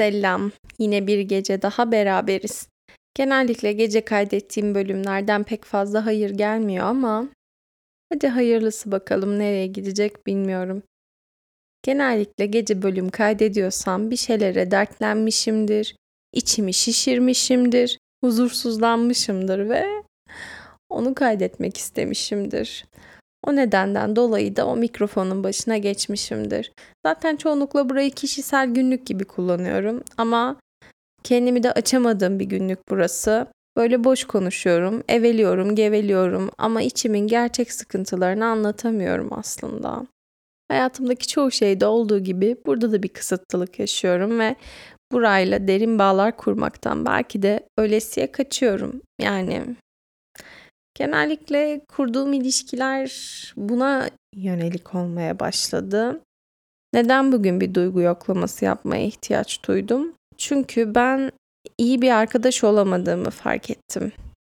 Selam. Yine bir gece daha beraberiz. Genellikle gece kaydettiğim bölümlerden pek fazla hayır gelmiyor ama hadi hayırlısı bakalım nereye gidecek bilmiyorum. Genellikle gece bölüm kaydediyorsam bir şeylere dertlenmişimdir, içimi şişirmişimdir, huzursuzlanmışımdır ve onu kaydetmek istemişimdir. O nedenden dolayı da o mikrofonun başına geçmişimdir. Zaten çoğunlukla burayı kişisel günlük gibi kullanıyorum ama kendimi de açamadığım bir günlük burası. Böyle boş konuşuyorum, eveliyorum, geveliyorum ama içimin gerçek sıkıntılarını anlatamıyorum aslında. Hayatımdaki çoğu şeyde olduğu gibi burada da bir kısıtlılık yaşıyorum ve burayla derin bağlar kurmaktan belki de ölesiye kaçıyorum. Yani genellikle kurduğum ilişkiler buna yönelik olmaya başladı. Neden bugün bir duygu yoklaması yapmaya ihtiyaç duydum? Çünkü ben iyi bir arkadaş olamadığımı fark ettim.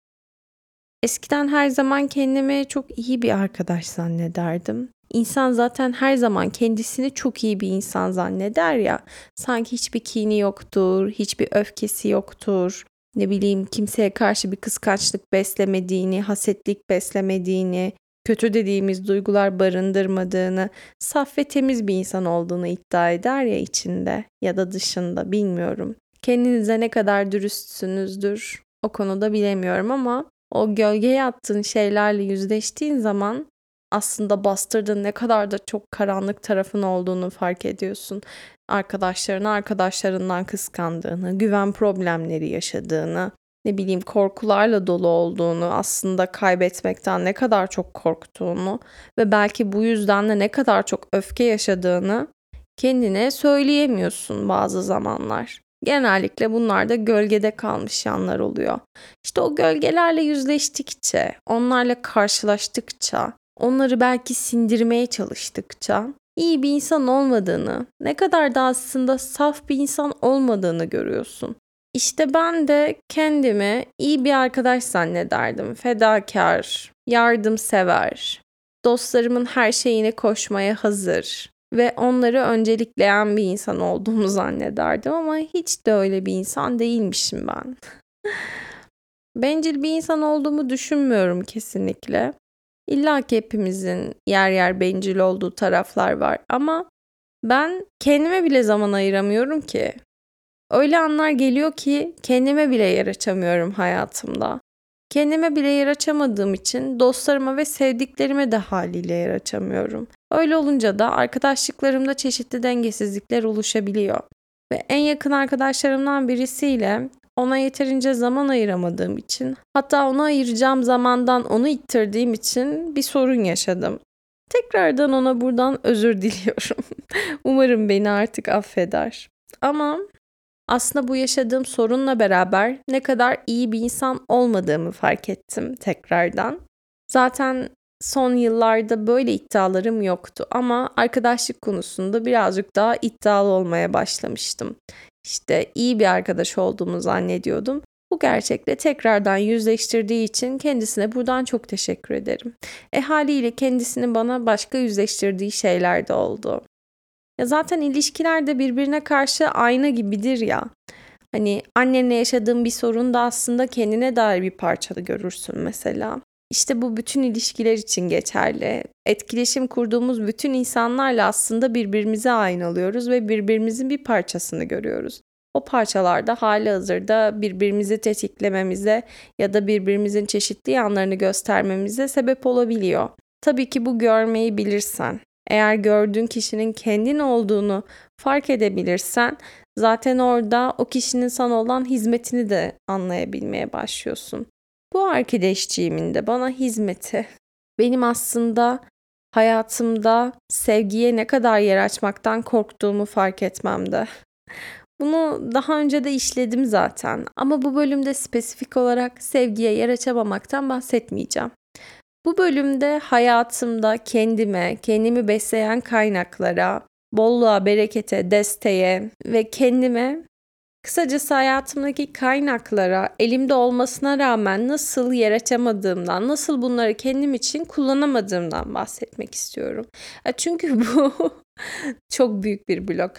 Eskiden her zaman kendimi çok iyi bir arkadaş zannederdim. İnsan zaten her zaman kendisini çok iyi bir insan zanneder ya. Sanki hiçbir kini yoktur, hiçbir öfkesi yoktur. Ne bileyim kimseye karşı bir kıskançlık beslemediğini, hasetlik beslemediğini, kötü dediğimiz duygular barındırmadığını, saf ve temiz bir insan olduğunu iddia eder ya içinde ya da dışında bilmiyorum. Kendinize ne kadar dürüstsünüzdür o konuda bilemiyorum ama o gölgeye attığın şeylerle yüzleştiğin zaman aslında bastırdığın ne kadar da çok karanlık tarafın olduğunu fark ediyorsun. Arkadaşlarından kıskandığını, güven problemleri yaşadığını, ne bileyim korkularla dolu olduğunu, aslında kaybetmekten ne kadar çok korktuğunu ve belki bu yüzden de ne kadar çok öfke yaşadığını kendine söyleyemiyorsun bazı zamanlar. Genellikle bunlar da gölgede kalmış yanlar oluyor. İşte o gölgelerle yüzleştikçe, onlarla karşılaştıkça, onları belki sindirmeye çalıştıkça iyi bir insan olmadığını, ne kadar da aslında saf bir insan olmadığını görüyorsun. İşte ben de kendimi iyi bir arkadaş zannederdim. Fedakar, yardımsever, dostlarımın her şeyine koşmaya hazır ve onları öncelikleyen bir insan olduğumu zannederdim ama hiç de öyle bir insan değilmişim ben. Bencil bir insan olduğumu düşünmüyorum kesinlikle. İlla ki hepimizin yer yer bencil olduğu taraflar var ama ben kendime bile zaman ayıramıyorum ki. Öyle anlar geliyor ki kendime bile yer açamıyorum hayatımda. Kendime bile yer açamadığım için dostlarıma ve sevdiklerime de haliyle yer açamıyorum. Öyle olunca da arkadaşlıklarımda çeşitli dengesizlikler oluşabiliyor. Ve en yakın arkadaşlarımdan birisiyle ona yeterince zaman ayıramadığım için, hatta ona ayıracağım zamandan onu ittirdiğim için bir sorun yaşadım. Tekrardan ona buradan özür diliyorum. Umarım beni artık affeder. Ama aslında bu yaşadığım sorunla beraber ne kadar iyi bir insan olmadığımı fark ettim tekrardan. Zaten son yıllarda böyle iddialarım yoktu ama arkadaşlık konusunda birazcık daha iddialı olmaya başlamıştım. İşte iyi bir arkadaş olduğumu zannediyordum. Bu gerçekle tekrardan yüzleştirdiği için kendisine buradan çok teşekkür ederim. Haliyle kendisinin bana başka yüzleştirdiği şeyler de oldu. Ya zaten ilişkiler de birbirine karşı ayna gibidir ya. Hani annenle yaşadığın bir sorun da aslında kendine dair bir parçada görürsün mesela. İşte bu bütün ilişkiler için geçerli. Etkileşim kurduğumuz bütün insanlarla aslında birbirimize aynalıyoruz ve birbirimizin bir parçasını görüyoruz. O parçalarda halihazırda birbirimizi tetiklememize ya da birbirimizin çeşitli yanlarını göstermemize sebep olabiliyor. Tabii ki bu görmeyi bilirsen. Eğer gördüğün kişinin kendin olduğunu fark edebilirsen zaten orada o kişinin sana olan hizmetini de anlayabilmeye başlıyorsun. Bu arkadaşçığımın da bana hizmeti benim aslında hayatımda sevgiye ne kadar yer açmaktan korktuğumu fark etmemde. Bunu daha önce de işledim zaten ama bu bölümde spesifik olarak sevgiye yer açamamaktan bahsetmeyeceğim. Bu bölümde hayatımda kendimi besleyen kaynaklara, bolluğa, berekete, desteğe ve kendime, kısacası hayatımdaki kaynaklara elimde olmasına rağmen nasıl yer açamadığımdan, nasıl bunları kendim için kullanamadığımdan bahsetmek istiyorum. Çünkü bu çok büyük bir blokaj.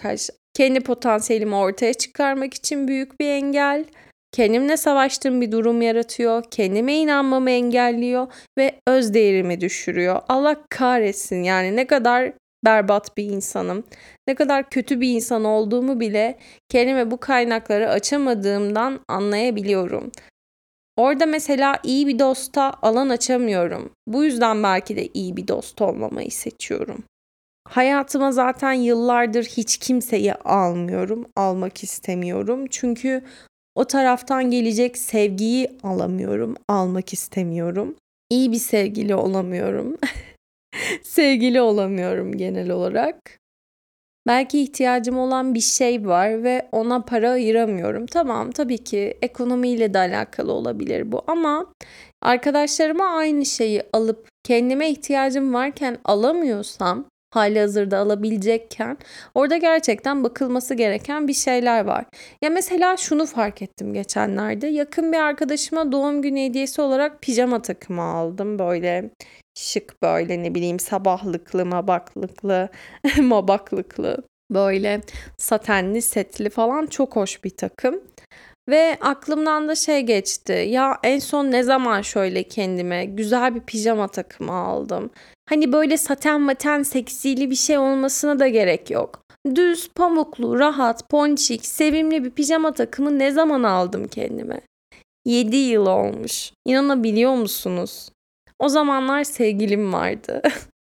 Kendi potansiyelimi ortaya çıkarmak için büyük bir engel. Kendimle savaştığım bir durum yaratıyor. Kendime inanmamı engelliyor ve öz değerimi düşürüyor. Allah kahretsin, yani ne kadar berbat bir insanım. Ne kadar kötü bir insan olduğumu bile kendime bu kaynakları açamadığımdan anlayabiliyorum. Orada mesela iyi bir dosta alan açamıyorum. Bu yüzden belki de iyi bir dost olmamayı seçiyorum. Hayatıma zaten yıllardır hiç kimseyi almıyorum, almak istemiyorum. Çünkü o taraftan gelecek sevgiyi alamıyorum, almak istemiyorum. İyi bir sevgili olamıyorum. Sevgili olamıyorum genel olarak. Belki ihtiyacım olan bir şey var ve ona para ayıramıyorum. Tamam, tabii ki ekonomiyle de alakalı olabilir bu ama arkadaşlarıma aynı şeyi alıp kendime ihtiyacım varken alamıyorsam, halihazırda alabilecekken, orada gerçekten bakılması gereken bir şeyler var. Ya mesela şunu fark ettim geçenlerde. Yakın bir arkadaşıma doğum günü hediyesi olarak pijama takımı aldım. Böyle şık, böyle ne bileyim, sabahlıklı, mabaklıklı, mabaklıklı, böyle satenli, setli falan, çok hoş bir takım. Ve aklımdan da şey geçti. Ya en son ne zaman şöyle kendime güzel bir pijama takımı aldım? Hani böyle saten maten seksili bir şey olmasına da gerek yok. Düz, pamuklu, rahat, ponçik, sevimli bir pijama takımı ne zaman aldım kendime? 7 yıl olmuş. İnanabiliyor musunuz? O zamanlar sevgilim vardı.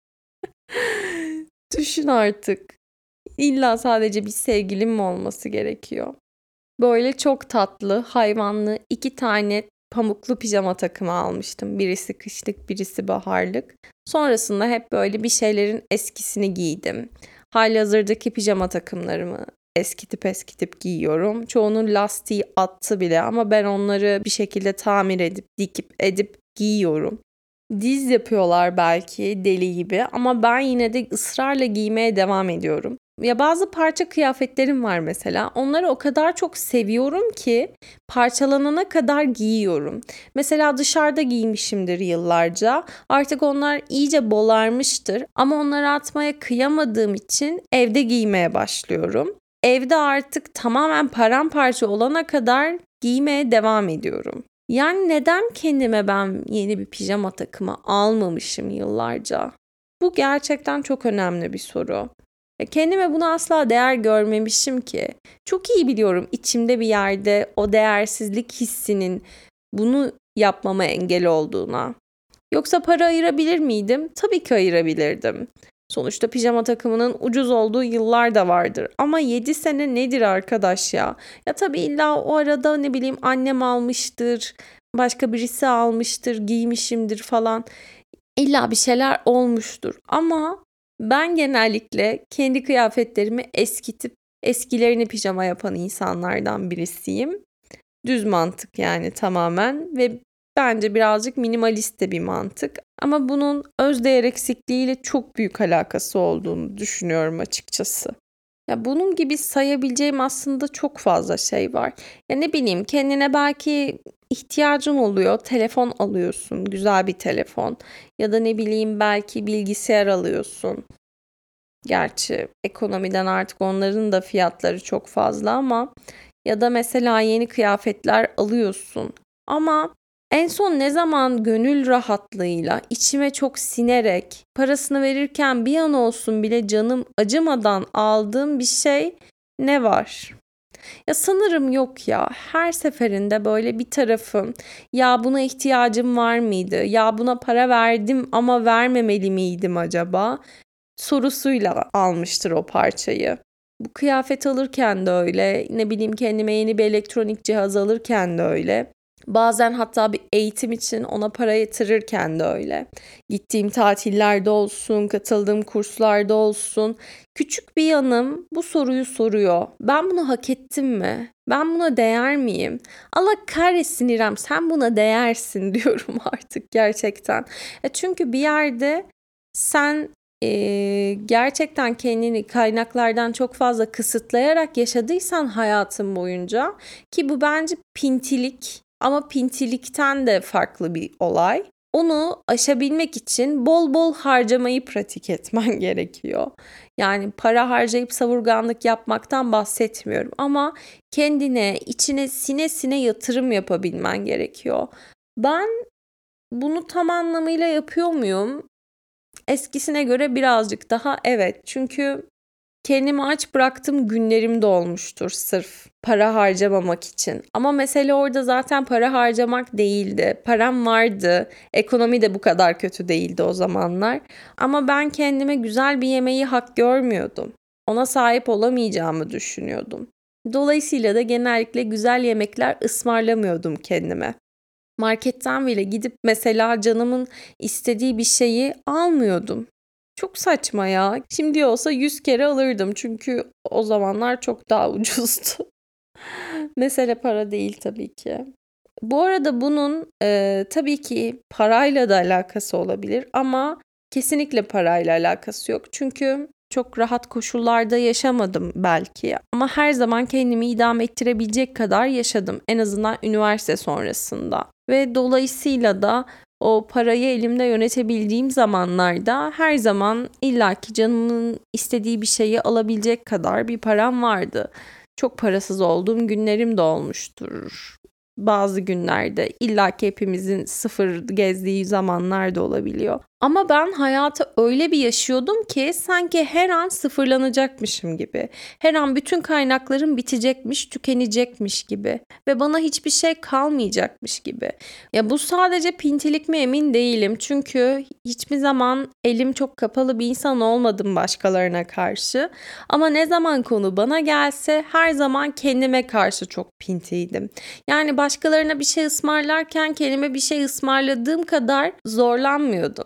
Düşün artık. İlla sadece bir sevgilim mi olması gerekiyor? Böyle çok tatlı, hayvanlı 2 tane pamuklu pijama takımı almıştım. Birisi kışlık, birisi baharlık. Sonrasında hep böyle bir şeylerin eskisini giydim. Halihazırdaki pijama takımlarımı eskitip giyiyorum. Çoğunun lastiği attı bile ama ben onları bir şekilde tamir edip, dikip edip giyiyorum. Diz yapıyorlar belki deli gibi ama ben yine de ısrarla giymeye devam ediyorum. Ya bazı parça kıyafetlerim var mesela. Onları o kadar çok seviyorum ki parçalanana kadar giyiyorum. Mesela dışarıda giymişimdir yıllarca. Artık onlar iyice bolarmıştır ama onları atmaya kıyamadığım için evde giymeye başlıyorum. Evde artık tamamen paramparça olana kadar giymeye devam ediyorum. Yani neden kendime ben yeni bir pijama takımı almamışım yıllarca? Bu gerçekten çok önemli bir soru. Kendime buna asla değer görmemişim ki. Çok iyi biliyorum içimde bir yerde o değersizlik hissinin bunu yapmama engel olduğuna. Yoksa para ayırabilir miydim? Tabii ki ayırabilirdim. Sonuçta pijama takımının ucuz olduğu yıllar da vardır. Ama 7 sene nedir arkadaş ya? Ya tabii illa o arada ne bileyim annem almıştır, başka birisi almıştır, giymişimdir falan. İlla bir şeyler olmuştur. Ama ben genellikle kendi kıyafetlerimi eskitip eskilerini pijama yapan insanlardan birisiyim. Düz mantık yani tamamen ve bence birazcık minimalist de bir mantık. Ama bunun özdeğer eksikliğiyle çok büyük alakası olduğunu düşünüyorum açıkçası. Ya bunun gibi sayabileceğim aslında çok fazla şey var. Ya ne bileyim, kendine belki ihtiyacın oluyor. Telefon alıyorsun, güzel bir telefon. Ya da ne bileyim belki bilgisayar alıyorsun. Gerçi ekonomiden artık onların da fiyatları çok fazla ama ya da mesela yeni kıyafetler alıyorsun. Ama en son ne zaman gönül rahatlığıyla, içime çok sinerek, parasını verirken bir an olsun bile canım acımadan aldığım bir şey ne var? Ya sanırım yok ya. Her seferinde böyle bir tarafım ya buna ihtiyacım var mıydı? Ya buna para verdim ama vermemeli miydim acaba? Sorusuyla almıştır o parçayı. Bu kıyafet alırken de öyle, ne bileyim kendime yeni bir elektronik cihaz alırken de öyle. Bazen hatta bir eğitim için ona para yatırırken de öyle. Gittiğim tatillerde olsun, katıldığım kurslarda olsun. Küçük bir yanım bu soruyu soruyor. Ben bunu hak ettim mi? Ben buna değer miyim? Allah kahretsin İrem, sen buna değersin diyorum artık gerçekten. Çünkü bir yerde sen gerçekten kendini kaynaklardan çok fazla kısıtlayarak yaşadıysan hayatın boyunca, ki bu bence pintilik ama pintilikten de farklı bir olay. onu aşabilmek için bol bol harcamayı pratik etmen gerekiyor. Yani para harcayıp savurganlık yapmaktan bahsetmiyorum ama kendine, içine sine sine yatırım yapabilmen gerekiyor. Ben bunu tam anlamıyla yapıyor muyum? Eskisine göre birazcık daha evet. Çünkü kendimi aç bıraktığım günlerim de olmuştur sırf para harcamamak için. Ama mesele orada zaten para harcamak değildi. Param vardı. Ekonomi de bu kadar kötü değildi o zamanlar. Ama ben kendime güzel bir yemeği hak görmüyordum. Ona sahip olamayacağımı düşünüyordum. Dolayısıyla da genellikle güzel yemekler ısmarlamıyordum kendime. Marketten bile gidip mesela canımın istediği bir şeyi almıyordum. Çok saçma ya. Şimdi olsa 100 kere alırdım çünkü o zamanlar çok daha ucuzdu. Mesele para değil tabii ki. Bu arada bunun tabii ki parayla da alakası olabilir ama kesinlikle parayla alakası yok. Çünkü çok rahat koşullarda yaşamadım belki ama her zaman kendimi idame ettirebilecek kadar yaşadım. En azından üniversite sonrasında. Ve dolayısıyla da o parayı elimde yönetebildiğim zamanlarda her zaman illaki canımın istediği bir şeyi alabilecek kadar bir param vardı. Çok parasız olduğum günlerim de olmuştur. Bazı günlerde illaki hepimizin sıfır gezdiği zamanlar da olabiliyor. Ama ben hayatı öyle bir yaşıyordum ki sanki her an sıfırlanacakmışım gibi. Her an bütün kaynaklarım bitecekmiş, tükenecekmiş gibi ve bana hiçbir şey kalmayacakmış gibi. Ya bu sadece pintilik mi emin değilim. Çünkü hiçbir zaman elim çok kapalı bir insan olmadım başkalarına karşı. Ama ne zaman konu bana gelse her zaman kendime karşı çok pintiydim. Yani başkalarına bir şey ısmarlarken kendime bir şey ısmarladığım kadar zorlanmıyordum.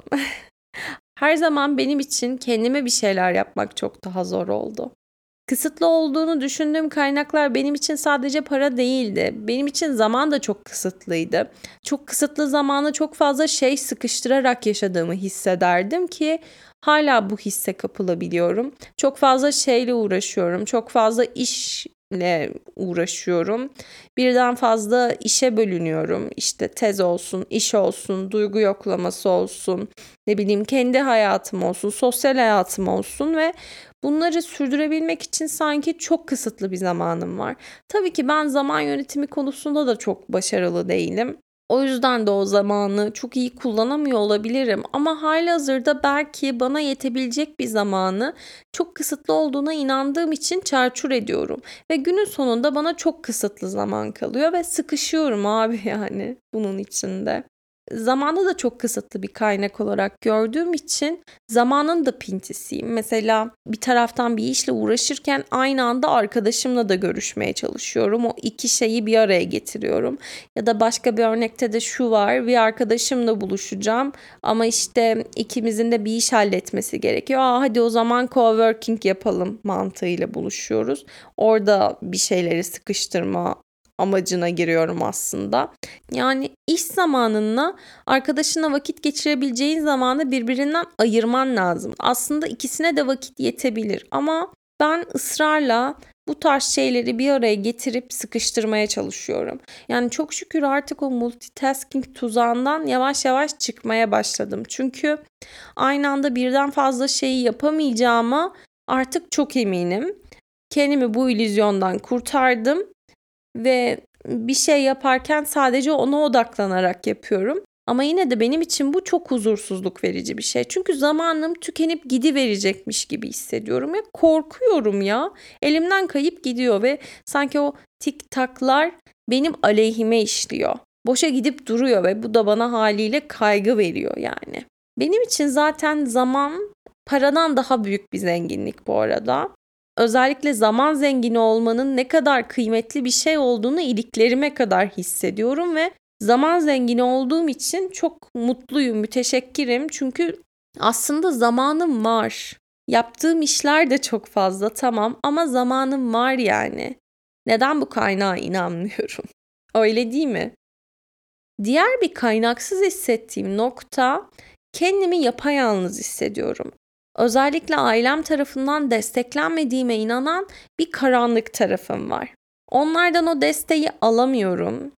Her zaman benim için kendime bir şeyler yapmak çok daha zor oldu. Kısıtlı olduğunu düşündüğüm kaynaklar benim için sadece para değildi. Benim için zaman da çok kısıtlıydı. Çok kısıtlı zamana çok fazla şey sıkıştırarak yaşadığımı hissederdim ki hala bu hisse kapılabiliyorum. Çok fazla şeyle uğraşıyorum. Çok fazla işle uğraşıyorum. Birden fazla işe bölünüyorum. İşte tez olsun, iş olsun, duygu yoklaması olsun, ne bileyim kendi hayatım olsun, sosyal hayatım olsun ve bunları sürdürebilmek için sanki çok kısıtlı bir zamanım var. Tabii ki ben zaman yönetimi konusunda da çok başarılı değilim. O yüzden de o zamanı çok iyi kullanamıyor olabilirim ama halihazırda belki bana yetebilecek bir zamanı çok kısıtlı olduğuna inandığım için çarçur ediyorum ve günün sonunda bana çok kısıtlı zaman kalıyor ve sıkışıyorum abi yani bunun içinde. Zamanı da çok kısıtlı bir kaynak olarak gördüğüm için zamanın da pintisiyim. Mesela bir taraftan bir işle uğraşırken aynı anda arkadaşımla da görüşmeye çalışıyorum. O iki şeyi bir araya getiriyorum. Ya da başka bir örnekte de şu var. Bir arkadaşımla buluşacağım ama işte ikimizin de bir iş halletmesi gerekiyor. Hadi o zaman coworking yapalım mantığıyla buluşuyoruz. Orada bir şeyleri sıkıştırma amacına giriyorum aslında. Yani iş zamanınla arkadaşına vakit geçirebileceğin zamanı birbirinden ayırman lazım. Aslında ikisine de vakit yetebilir ama ben ısrarla bu tarz şeyleri bir araya getirip sıkıştırmaya çalışıyorum. Yani çok şükür artık o multitasking tuzağından yavaş yavaş çıkmaya başladım. Çünkü aynı anda birden fazla şeyi yapamayacağıma artık çok eminim. Kendimi bu illüzyondan kurtardım ve bir şey yaparken sadece ona odaklanarak yapıyorum. Ama yine de benim için bu çok huzursuzluk verici bir şey. Çünkü zamanım tükenip gidiverecekmiş gibi hissediyorum ya korkuyorum ya. Elimden kayıp gidiyor ve sanki o tik taklar benim aleyhime işliyor. Boşa gidip duruyor ve bu da bana haliyle kaygı veriyor yani. Benim için zaten zaman paradan daha büyük bir zenginlik bu arada. Özellikle zaman zengini olmanın ne kadar kıymetli bir şey olduğunu iliklerime kadar hissediyorum ve zaman zengini olduğum için çok mutluyum, müteşekkirim. Çünkü aslında zamanım var. Yaptığım işler de çok fazla tamam ama zamanım var yani. Neden bu kaynağa inanmıyorum? Öyle değil mi? Diğer bir kaynaksız hissettiğim nokta kendimi yapayalnız hissediyorum. Özellikle ailem tarafından desteklenmediğime inanan bir karanlık tarafım var. Onlardan o desteği alamıyorum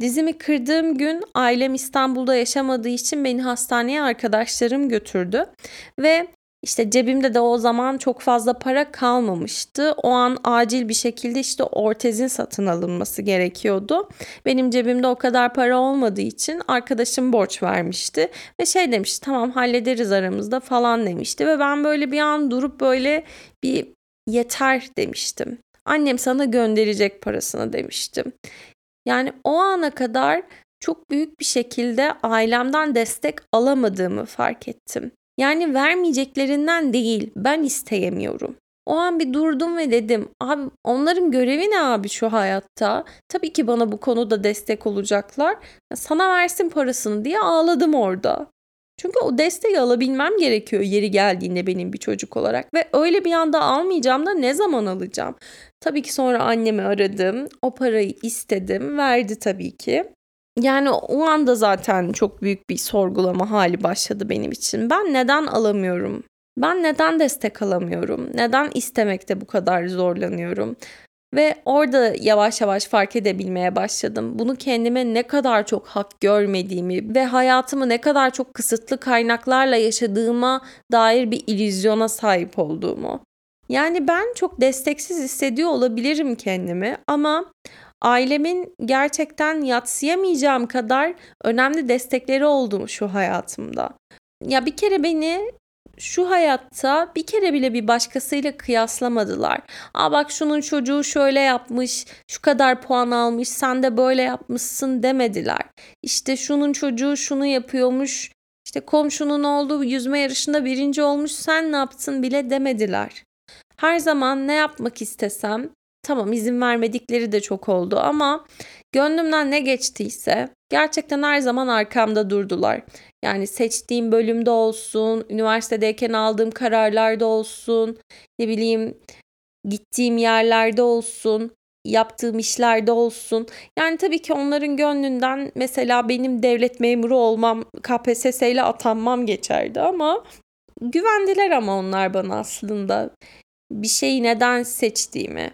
Dizimi kırdığım gün ailem İstanbul'da yaşamadığı için beni hastaneye arkadaşlarım götürdü ve işte cebimde de o zaman çok fazla para kalmamıştı. O an acil bir şekilde işte ortezin satın alınması gerekiyordu. Benim cebimde o kadar para olmadığı için arkadaşım borç vermişti ve şey demişti, tamam hallederiz aramızda falan demişti ve ben böyle bir an durup böyle bir yeter demiştim. Annem sana gönderecek parasını demiştim. Yani o ana kadar çok büyük bir şekilde ailemden destek alamadığımı fark ettim. Yani vermeyeceklerinden değil, ben isteyemiyorum. O an bir durdum ve dedim, abi onların görevi ne abi şu hayatta? Tabii ki bana bu konuda destek olacaklar. Sana versin parasını diye ağladım orada. Çünkü o desteği alabilmem gerekiyor yeri geldiğinde benim bir çocuk olarak. Ve öyle bir anda almayacağım da ne zaman alacağım? Tabii ki sonra annemi aradım. O parayı istedim. Verdi tabii ki. Yani o anda zaten çok büyük bir sorgulama hali başladı benim için. Ben neden alamıyorum? Ben neden destek alamıyorum? Neden istemekte bu kadar zorlanıyorum? Ve orada yavaş yavaş fark edebilmeye başladım. Bunu kendime ne kadar çok hak görmediğimi ve hayatımı ne kadar çok kısıtlı kaynaklarla yaşadığıma dair bir illüzyona sahip olduğumu. Yani ben çok desteksiz hissediyor olabilirim kendimi ama ailemin gerçekten yadsıyamayacağım kadar önemli destekleri oldu şu hayatımda. Ya bir kere beni şu hayatta bir kere bile bir başkasıyla kıyaslamadılar. Aa bak şunun çocuğu şöyle yapmış, şu kadar puan almış, sen de böyle yapmışsın demediler. İşte şunun çocuğu şunu yapıyormuş, işte komşunun oğlu yüzme yarışında birinci olmuş, sen ne yaptın bile demediler. Her zaman ne yapmak istesem, tamam izin vermedikleri de çok oldu ama gönlümden ne geçtiyse gerçekten her zaman arkamda durdular. Yani seçtiğim bölümde olsun, üniversitedeyken aldığım kararlarda olsun, ne bileyim gittiğim yerlerde olsun, yaptığım işlerde olsun. Yani tabii ki onların gönlünden mesela benim devlet memuru olmam, KPSS ile atanmam geçerdi ama güvendiler ama onlar bana aslında bir şeyi neden seçtiğimi.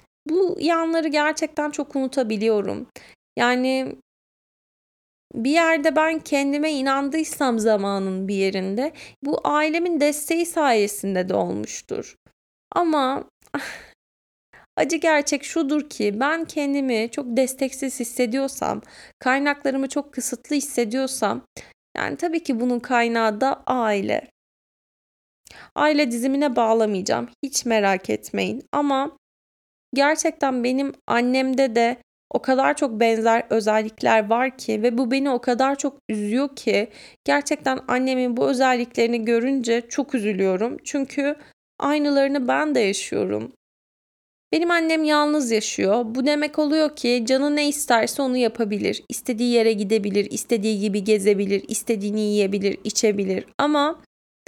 Bu yanları gerçekten çok unutabiliyorum. Yani bir yerde ben kendime inandıysam zamanın bir yerinde bu ailemin desteği sayesinde de olmuştur. Ama acı gerçek şudur ki ben kendimi çok desteksiz hissediyorsam, kaynaklarımı çok kısıtlı hissediyorsam, yani tabii ki bunun kaynağı da aile. Aile dizimine bağlamayacağım, hiç merak etmeyin. Ama gerçekten benim annemde de o kadar çok benzer özellikler var ki ve bu beni o kadar çok üzüyor ki gerçekten annemin bu özelliklerini görünce çok üzülüyorum. Çünkü aynılarını ben de yaşıyorum. Benim annem yalnız yaşıyor. Bu demek oluyor ki canı ne isterse onu yapabilir. İstediği yere gidebilir, istediği gibi gezebilir, istediğini yiyebilir, içebilir. Ama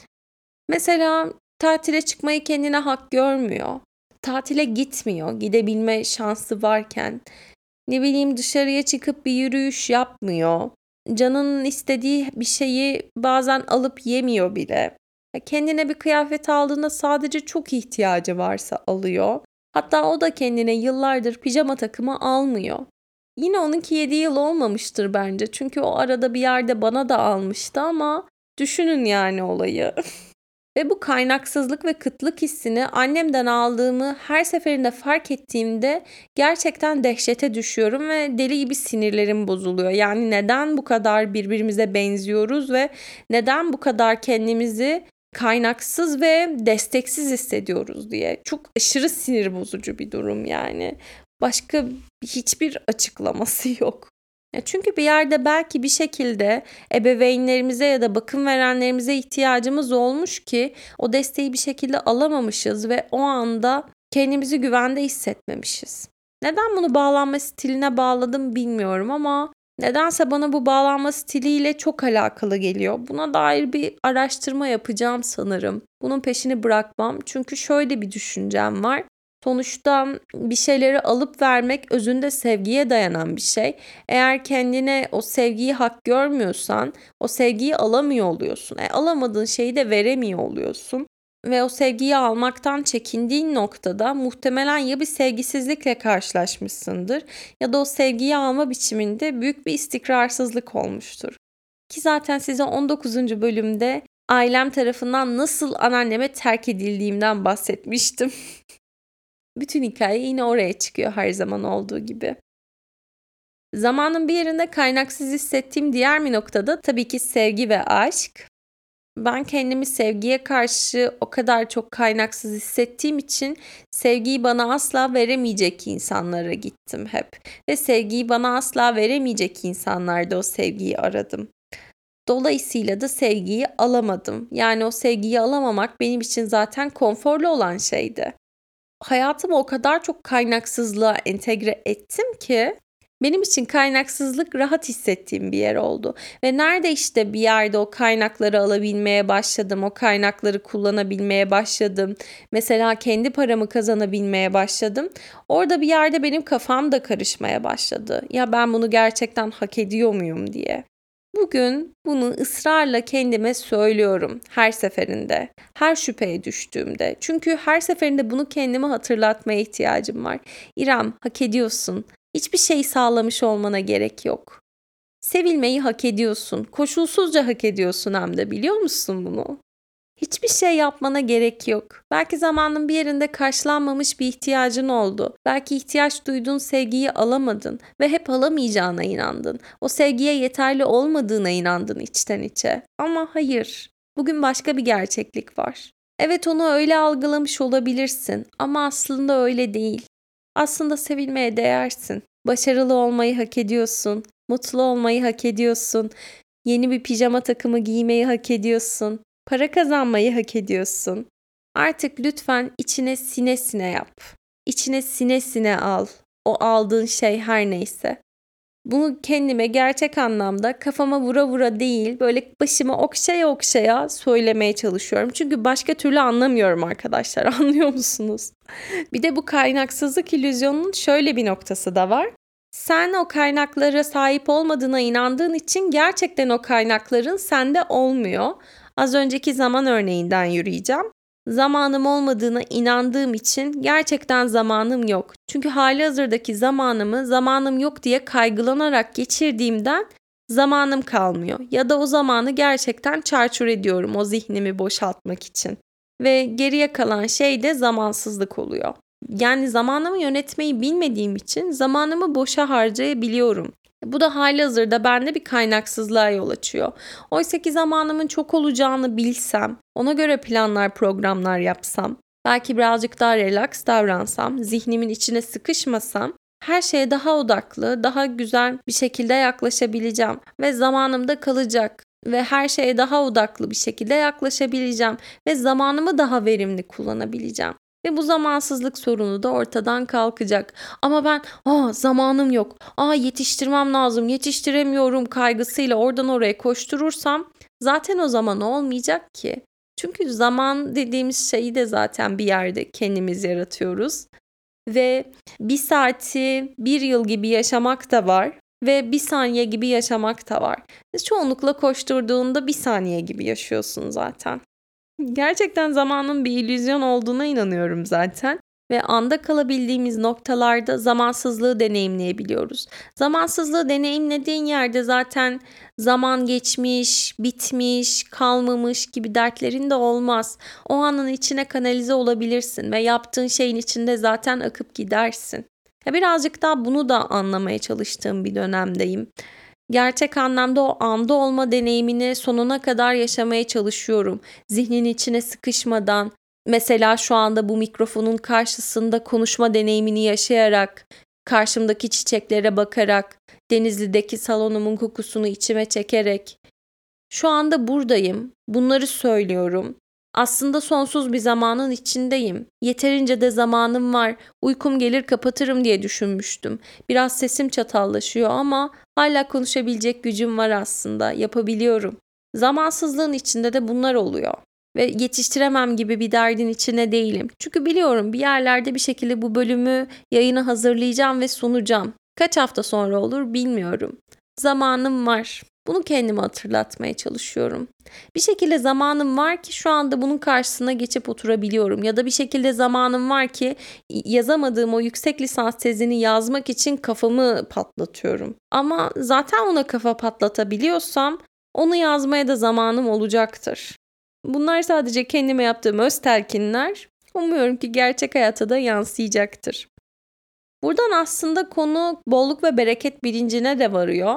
mesela tatile çıkmayı kendine hak görmüyor. Tatile gitmiyor, gidebilme şansı varken. Ne bileyim dışarıya çıkıp bir yürüyüş yapmıyor. Canının istediği bir şeyi bazen alıp yemiyor bile. Kendine bir kıyafet aldığında sadece çok ihtiyacı varsa alıyor. Hatta o da kendine yıllardır pijama takımı almıyor. Yine onunki 7 yıl olmamıştır bence. Çünkü o arada bir yerde bana da almıştı ama düşünün yani olayı. Ve bu kaynaksızlık ve kıtlık hissini annemden aldığımı her seferinde fark ettiğimde gerçekten dehşete düşüyorum ve deli gibi sinirlerim bozuluyor. Yani neden bu kadar birbirimize benziyoruz ve neden bu kadar kendimizi kaynaksız ve desteksiz hissediyoruz diye. Çok aşırı sinir bozucu bir durum yani. Başka hiçbir açıklaması yok. Çünkü bir yerde belki bir şekilde ebeveynlerimize ya da bakım verenlerimize ihtiyacımız olmuş ki o desteği bir şekilde alamamışız ve o anda kendimizi güvende hissetmemişiz. Neden bunu bağlanma stiline bağladım bilmiyorum ama nedense bana bu bağlanma stiliyle çok alakalı geliyor. Buna dair bir araştırma yapacağım sanırım. Bunun peşini bırakmam çünkü şöyle bir düşüncem var. Sonuçta bir şeyleri alıp vermek özünde sevgiye dayanan bir şey. Eğer kendine o sevgiyi hak görmüyorsan o sevgiyi alamıyor oluyorsun. Alamadığın şeyi de veremiyor oluyorsun. ve o sevgiyi almaktan çekindiğin noktada muhtemelen ya bir sevgisizlikle karşılaşmışsındır ya da o sevgiyi alma biçiminde büyük bir istikrarsızlık olmuştur. Ki zaten size 19. bölümde ailem tarafından nasıl anneanneme terk edildiğimden bahsetmiştim. Bütün hikaye yine oraya çıkıyor her zaman olduğu gibi. Zamanın bir yerinde kaynaksız hissettiğim diğer bir noktada tabii ki sevgi ve aşk. Ben kendimi sevgiye karşı o kadar çok kaynaksız hissettiğim için sevgiyi bana asla veremeyecek insanlara gittim hep. Ve sevgiyi bana asla veremeyecek insanlarda o sevgiyi aradım. Dolayısıyla da sevgiyi alamadım. Yani o sevgiyi alamamak benim için zaten konforlu olan şeydi. Hayatımı o kadar çok kaynaksızlığa entegre ettim ki benim için kaynaksızlık rahat hissettiğim bir yer oldu. Ve nerede işte bir yerde o kaynakları alabilmeye başladım, o kaynakları kullanabilmeye başladım. Mesela kendi paramı kazanabilmeye başladım. Orada bir yerde benim kafam da karışmaya başladı. Ya ben bunu gerçekten hak ediyor muyum diye. Bugün bunu ısrarla kendime söylüyorum her seferinde, her şüpheye düştüğümde. Çünkü her seferinde bunu kendime hatırlatmaya ihtiyacım var. İrem, hak ediyorsun. Hiçbir şey sağlamış olmana gerek yok. Sevilmeyi hak ediyorsun. Koşulsuzca hak ediyorsun hem de biliyor musun bunu? Hiçbir şey yapmana gerek yok. Belki zamanın bir yerinde karşılanmamış bir ihtiyacın oldu. Belki ihtiyaç duyduğun sevgiyi alamadın ve hep alamayacağına inandın. O sevgiye yeterli olmadığına inandın içten içe. Ama hayır. Bugün başka bir gerçeklik var. Evet, onu öyle algılamış olabilirsin ama aslında öyle değil. Aslında sevilmeye değersin. Başarılı olmayı hak ediyorsun. Mutlu olmayı hak ediyorsun. Yeni bir pijama takımı giymeyi hak ediyorsun. Para kazanmayı hak ediyorsun. Artık lütfen içine sine sine yap. İçine sine sine al. O aldığın şey her neyse. Bunu kendime gerçek anlamda kafama vura vura değil, böyle başıma okşaya okşaya söylemeye çalışıyorum. Çünkü başka türlü anlamıyorum arkadaşlar. Anlıyor musunuz? Bir de bu kaynaksızlık illüzyonunun şöyle bir noktası da var. Sen o kaynaklara sahip olmadığına inandığın için gerçekten o kaynakların sende olmuyor. Az önceki zaman örneğinden yürüyeceğim. Zamanım olmadığına inandığım için gerçekten zamanım yok. Çünkü halihazırdaki zamanımı zamanım yok diye kaygılanarak geçirdiğimden zamanım kalmıyor. Ya da o zamanı gerçekten çarçur ediyorum o zihnimi boşaltmak için. Ve geriye kalan şey de zamansızlık oluyor. Yani zamanımı yönetmeyi bilmediğim için zamanımı boşa harcayabiliyorum. Bu da halihazırda bende bir kaynaksızlığa yol açıyor. Oysa ki zamanımın çok olacağını bilsem, ona göre planlar, programlar yapsam, belki birazcık daha relax davransam, zihnimin içine sıkışmasam, her şeye daha odaklı, daha güzel bir şekilde yaklaşabileceğim ve zamanımda kalacak ve her şeye daha odaklı bir şekilde yaklaşabileceğim ve zamanımı daha verimli kullanabileceğim. Ve bu zamansızlık sorunu da ortadan kalkacak. Ama ben zamanım yok, yetiştirmem lazım, yetiştiremiyorum kaygısıyla oradan oraya koşturursam zaten o zaman olmayacak ki. Çünkü zaman dediğimiz şeyi de zaten bir yerde kendimiz yaratıyoruz. Ve bir saati bir yıl gibi yaşamak da var ve bir saniye gibi yaşamak da var. Çoğunlukla koşturduğunda bir saniye gibi yaşıyorsun zaten. Gerçekten zamanın bir illüzyon olduğuna inanıyorum zaten ve anda kalabildiğimiz noktalarda zamansızlığı deneyimleyebiliyoruz. Zamansızlığı deneyimlediğin yerde zaten zaman geçmiş, bitmiş, kalmamış gibi dertlerin de olmaz. O anın içine kanalize olabilirsin ve yaptığın şeyin içinde zaten akıp gidersin. Birazcık daha bunu da anlamaya çalıştığım bir dönemdeyim. Gerçek anlamda o anda olma deneyimini sonuna kadar yaşamaya çalışıyorum. Zihnin içine sıkışmadan, mesela şu anda bu mikrofonun karşısında konuşma deneyimini yaşayarak, karşımdaki çiçeklere bakarak, Denizli'deki salonumun kokusunu içime çekerek. Şu anda buradayım, bunları söylüyorum. Aslında sonsuz bir zamanın içindeyim. Yeterince de zamanım var. Uykum gelir kapatırım diye düşünmüştüm. Biraz sesim çatallaşıyor ama hala konuşabilecek gücüm var aslında. Yapabiliyorum. Zamansızlığın içinde de bunlar oluyor. Ve yetiştiremem gibi bir derdin içine değilim. Çünkü biliyorum bir yerlerde bir şekilde bu bölümü yayına hazırlayacağım ve sunacağım. Kaç hafta sonra olur bilmiyorum. Zamanım var. Bunu kendime hatırlatmaya çalışıyorum. Bir şekilde zamanım var ki şu anda bunun karşısına geçip oturabiliyorum. Ya da bir şekilde zamanım var ki yazamadığım o yüksek lisans tezini yazmak için kafamı patlatıyorum. Ama zaten ona kafa patlatabiliyorsam onu yazmaya da zamanım olacaktır. Bunlar sadece kendime yaptığım öz telkinler. Umuyorum ki gerçek hayata da yansıyacaktır. Buradan aslında konu bolluk ve bereket bilincine de varıyor.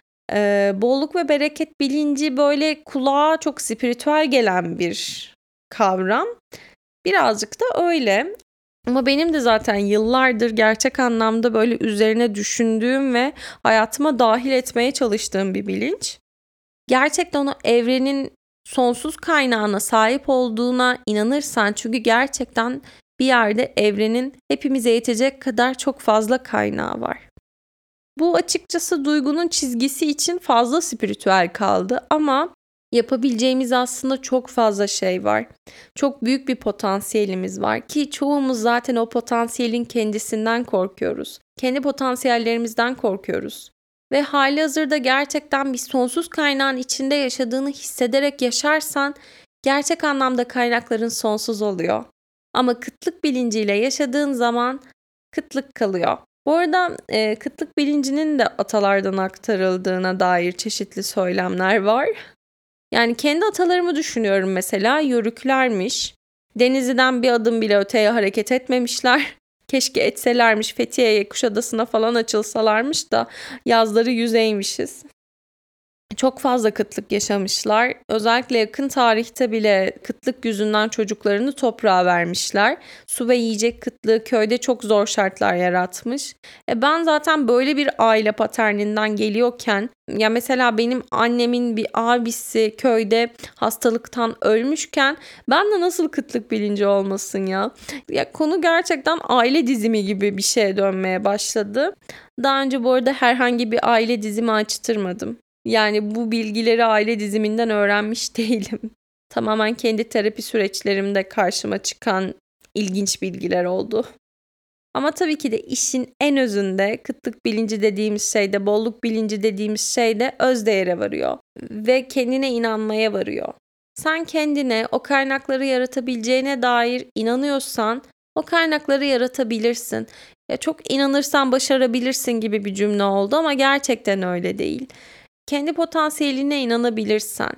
Bolluk ve bereket bilinci böyle kulağa çok spiritüel gelen bir kavram. Birazcık da öyle. Ama benim de zaten yıllardır gerçek anlamda böyle üzerine düşündüğüm ve hayatıma dahil etmeye çalıştığım bir bilinç. Gerçekten o evrenin sonsuz kaynağına sahip olduğuna inanırsan, çünkü gerçekten bir yerde evrenin hepimize yetecek kadar çok fazla kaynağı var. Bu açıkçası duygunun çizgisi için fazla spiritüel kaldı ama yapabileceğimiz aslında çok fazla şey var. Çok büyük bir potansiyelimiz var ki çoğumuz zaten o potansiyelin kendisinden korkuyoruz. Kendi potansiyellerimizden korkuyoruz. Ve halihazırda gerçekten bir sonsuz kaynağın içinde yaşadığını hissederek yaşarsan gerçek anlamda kaynakların sonsuz oluyor. Ama kıtlık bilinciyle yaşadığın zaman kıtlık kalıyor. Bu arada kıtlık bilincinin de atalardan aktarıldığına dair çeşitli söylemler var. Yani kendi atalarımı düşünüyorum mesela, Yörüklermiş. Denizli'den bir adım bile öteye hareket etmemişler. Keşke etselermiş, Fethiye'ye, Kuşadası'na falan açılsalarmış da yazları yüzeymişiz. Çok fazla kıtlık yaşamışlar. Özellikle yakın tarihte bile kıtlık yüzünden çocuklarını toprağa vermişler. Su ve yiyecek kıtlığı köyde çok zor şartlar yaratmış. Ben zaten böyle bir aile paterninden geliyorken, ya mesela benim annemin bir abisi köyde hastalıktan ölmüşken ben de nasıl kıtlık bilinci olmasın ya? Ya konu gerçekten aile dizimi gibi bir şeye dönmeye başladı. Daha önce bu arada herhangi bir aile dizimi açtırmadım. Yani bu bilgileri aile diziminden öğrenmiş değilim. Tamamen kendi terapi süreçlerimde karşıma çıkan ilginç bilgiler oldu. Ama tabii ki de işin en özünde kıtlık bilinci dediğimiz şeyde, bolluk bilinci dediğimiz şeyde özdeğere varıyor. Ve kendine inanmaya varıyor. Sen kendine o kaynakları yaratabileceğine dair inanıyorsan o kaynakları yaratabilirsin. Ya çok inanırsan başarabilirsin gibi bir cümle oldu ama gerçekten öyle değil. Kendi potansiyeline inanabilirsen,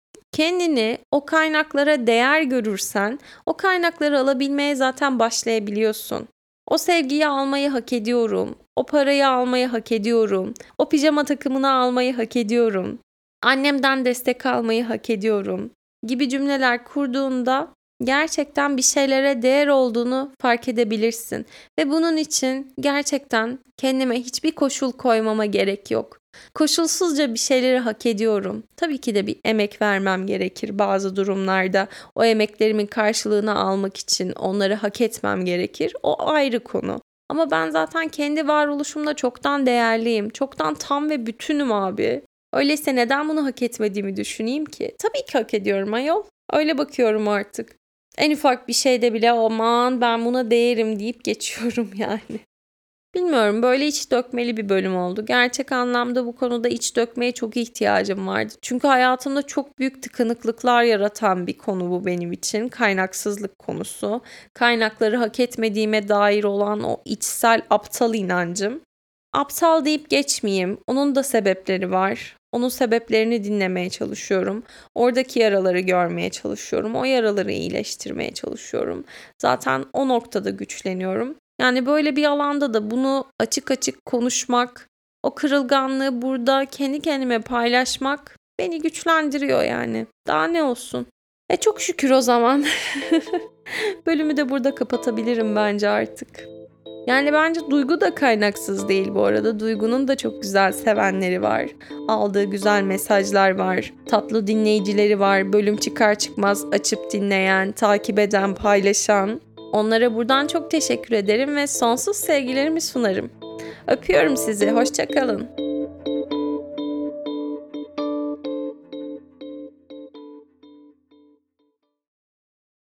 kendini o kaynaklara değer görürsen, o kaynakları alabilmeye zaten başlayabiliyorsun. O sevgiyi almayı hak ediyorum. O parayı almayı hak ediyorum. O pijama takımını almayı hak ediyorum. Annemden destek almayı hak ediyorum gibi cümleler kurduğunda gerçekten bir şeylere değer olduğunu fark edebilirsin. Ve bunun için gerçekten kendime hiçbir koşul koymama gerek yok. Koşulsuzca bir şeyleri hak ediyorum. Tabii ki de bir emek vermem gerekir bazı durumlarda. O emeklerimin karşılığını almak için onları hak etmem gerekir. O ayrı konu. Ama ben zaten kendi varoluşumda çoktan değerliyim. Çoktan tam ve bütünüm abi. Öyleyse neden bunu hak etmediğimi düşüneyim ki? Tabii ki hak ediyorum ayol. Öyle bakıyorum artık. En ufak bir şeyde bile aman ben buna değerim deyip geçiyorum yani. Bilmiyorum, böyle iç dökmeli bir bölüm oldu. Gerçek anlamda bu konuda iç dökmeye çok ihtiyacım vardı. Çünkü hayatımda çok büyük tıkanıklıklar yaratan bir konu bu benim için. Kaynaksızlık konusu. Kaynakları hak etmediğime dair olan o içsel aptal inancım. Aptal deyip geçmeyeyim. Onun da sebepleri var. Onun sebeplerini dinlemeye çalışıyorum. Oradaki yaraları görmeye çalışıyorum. O yaraları iyileştirmeye çalışıyorum. Zaten o noktada güçleniyorum. Yani böyle bir alanda da bunu açık açık konuşmak, o kırılganlığı burada kendi kendime paylaşmak beni güçlendiriyor yani. Daha ne olsun? Çok şükür o zaman. Bölümü de burada kapatabilirim bence artık. Yani bence Duygu da kaynaksız değil bu arada. Duygu'nun da çok güzel sevenleri var. Aldığı güzel mesajlar var. Tatlı dinleyicileri var. Bölüm çıkar çıkmaz açıp dinleyen, takip eden, paylaşan. Onlara buradan çok teşekkür ederim ve sonsuz sevgilerimi sunarım. Öpüyorum sizi. Hoşça kalın.